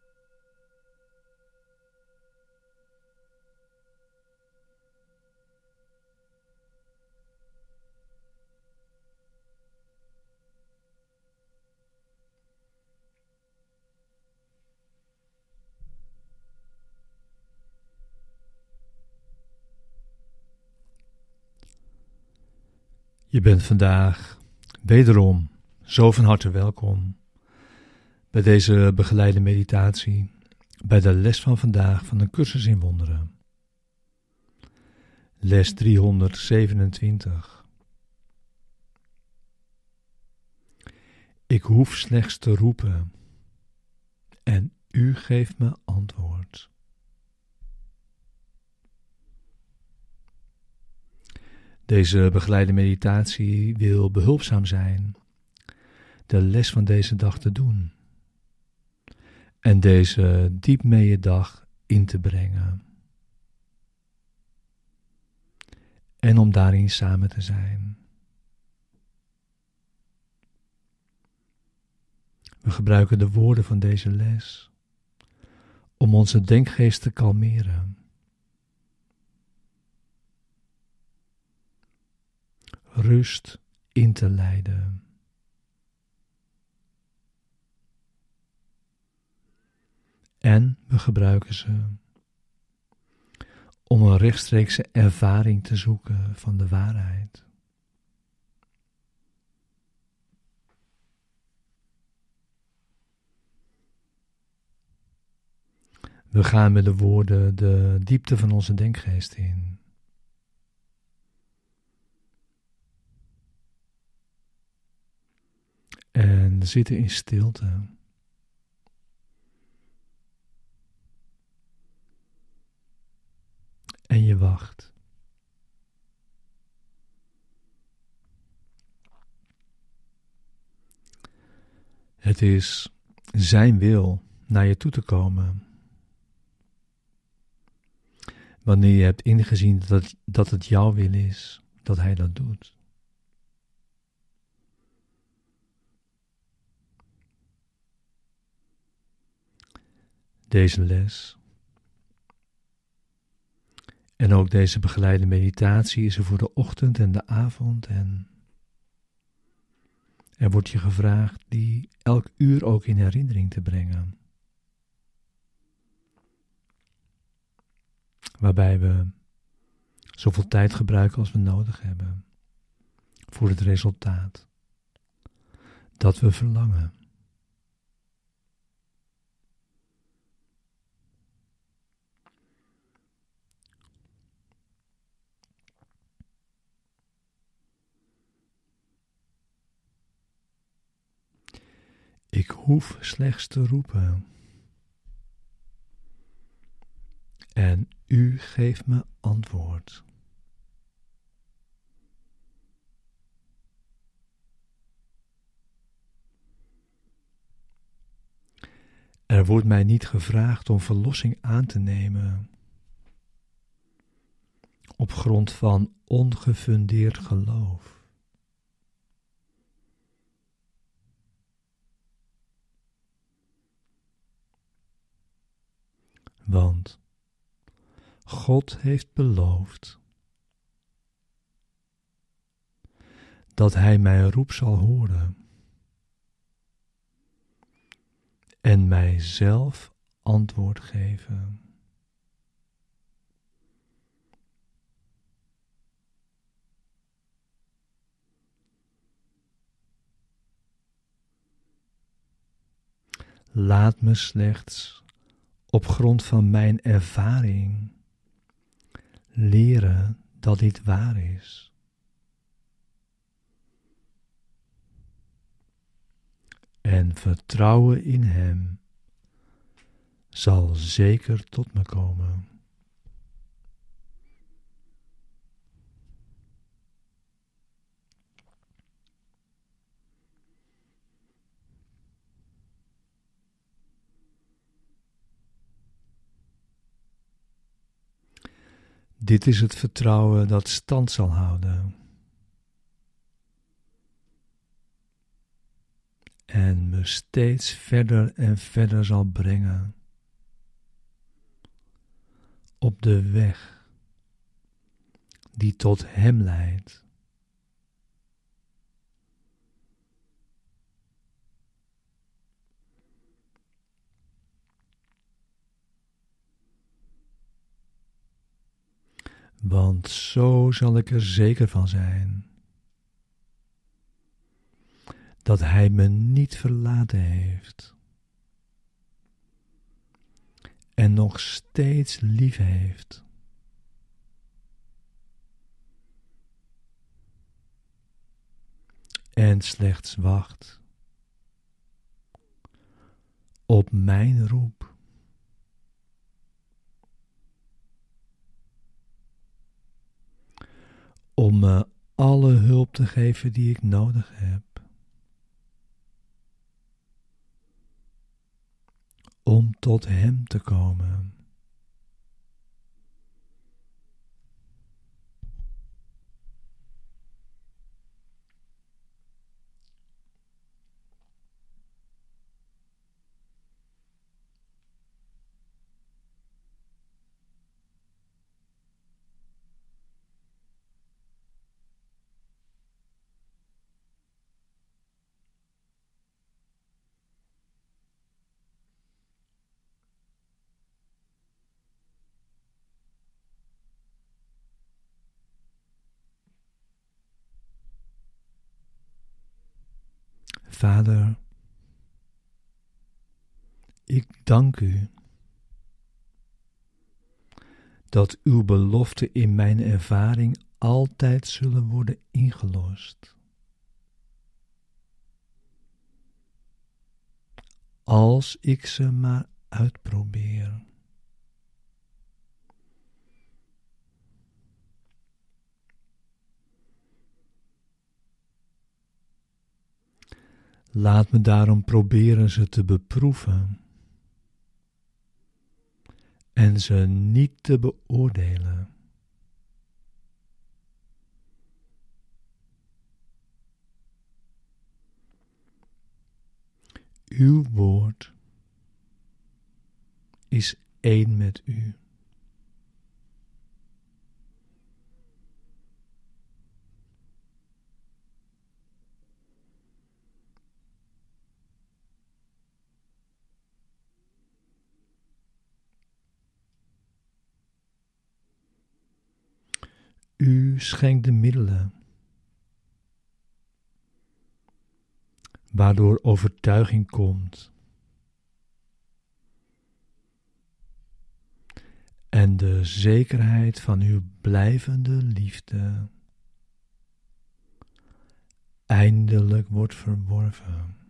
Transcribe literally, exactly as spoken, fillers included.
Je bent vandaag wederom zo van harte welkom bij deze begeleide meditatie, bij de les van vandaag van een cursus in wonderen. Les driehonderdzevenentwintig. Ik hoef slechts te roepen en u geeft me antwoord. Deze begeleide meditatie wil behulpzaam zijn de les van deze dag te doen en deze diep mee je dag in te brengen en om daarin samen te zijn. We gebruiken de woorden van deze les om onze denkgeest te kalmeren. Rust in te leiden. En we gebruiken ze om een rechtstreekse ervaring te zoeken van de waarheid. We gaan met de woorden de diepte van onze denkgeest in. En zitten in stilte. En je wacht. Het is zijn wil naar je toe te komen. Wanneer je hebt ingezien dat het, dat het jouw wil is, dat hij dat doet. Deze les en ook deze begeleide meditatie is er voor de ochtend en de avond en er wordt je gevraagd die elk uur ook in herinnering te brengen. Waarbij we zoveel tijd gebruiken als we nodig hebben voor het resultaat dat we verlangen. Ik hoef slechts te roepen. En u geeft me antwoord. Er wordt mij niet gevraagd om verlossing aan te nemen op grond van ongefundeerd geloof. Want God heeft beloofd dat Hij mijn roep zal horen en mij zelf antwoord geven. Laat me slechts op grond van mijn ervaring leren dat dit waar is. En vertrouwen in Hem zal zeker tot me komen. Dit is het vertrouwen dat stand zal houden en me steeds verder en verder zal brengen op de weg die tot Hem leidt. Want zo zal ik er zeker van zijn dat Hij me niet verlaten heeft en nog steeds lief heeft. En slechts wacht op mijn roep. Om me alle hulp te geven die ik nodig heb. Om tot Hem te komen. Vader, ik dank U dat Uw beloften in mijn ervaring altijd zullen worden ingelost. Als ik ze maar uitprobeer. Laat me daarom proberen ze te beproeven en ze niet te beoordelen. Uw woord is één met U. U schenkt de middelen, waardoor overtuiging komt en de zekerheid van uw blijvende liefde eindelijk wordt verworven.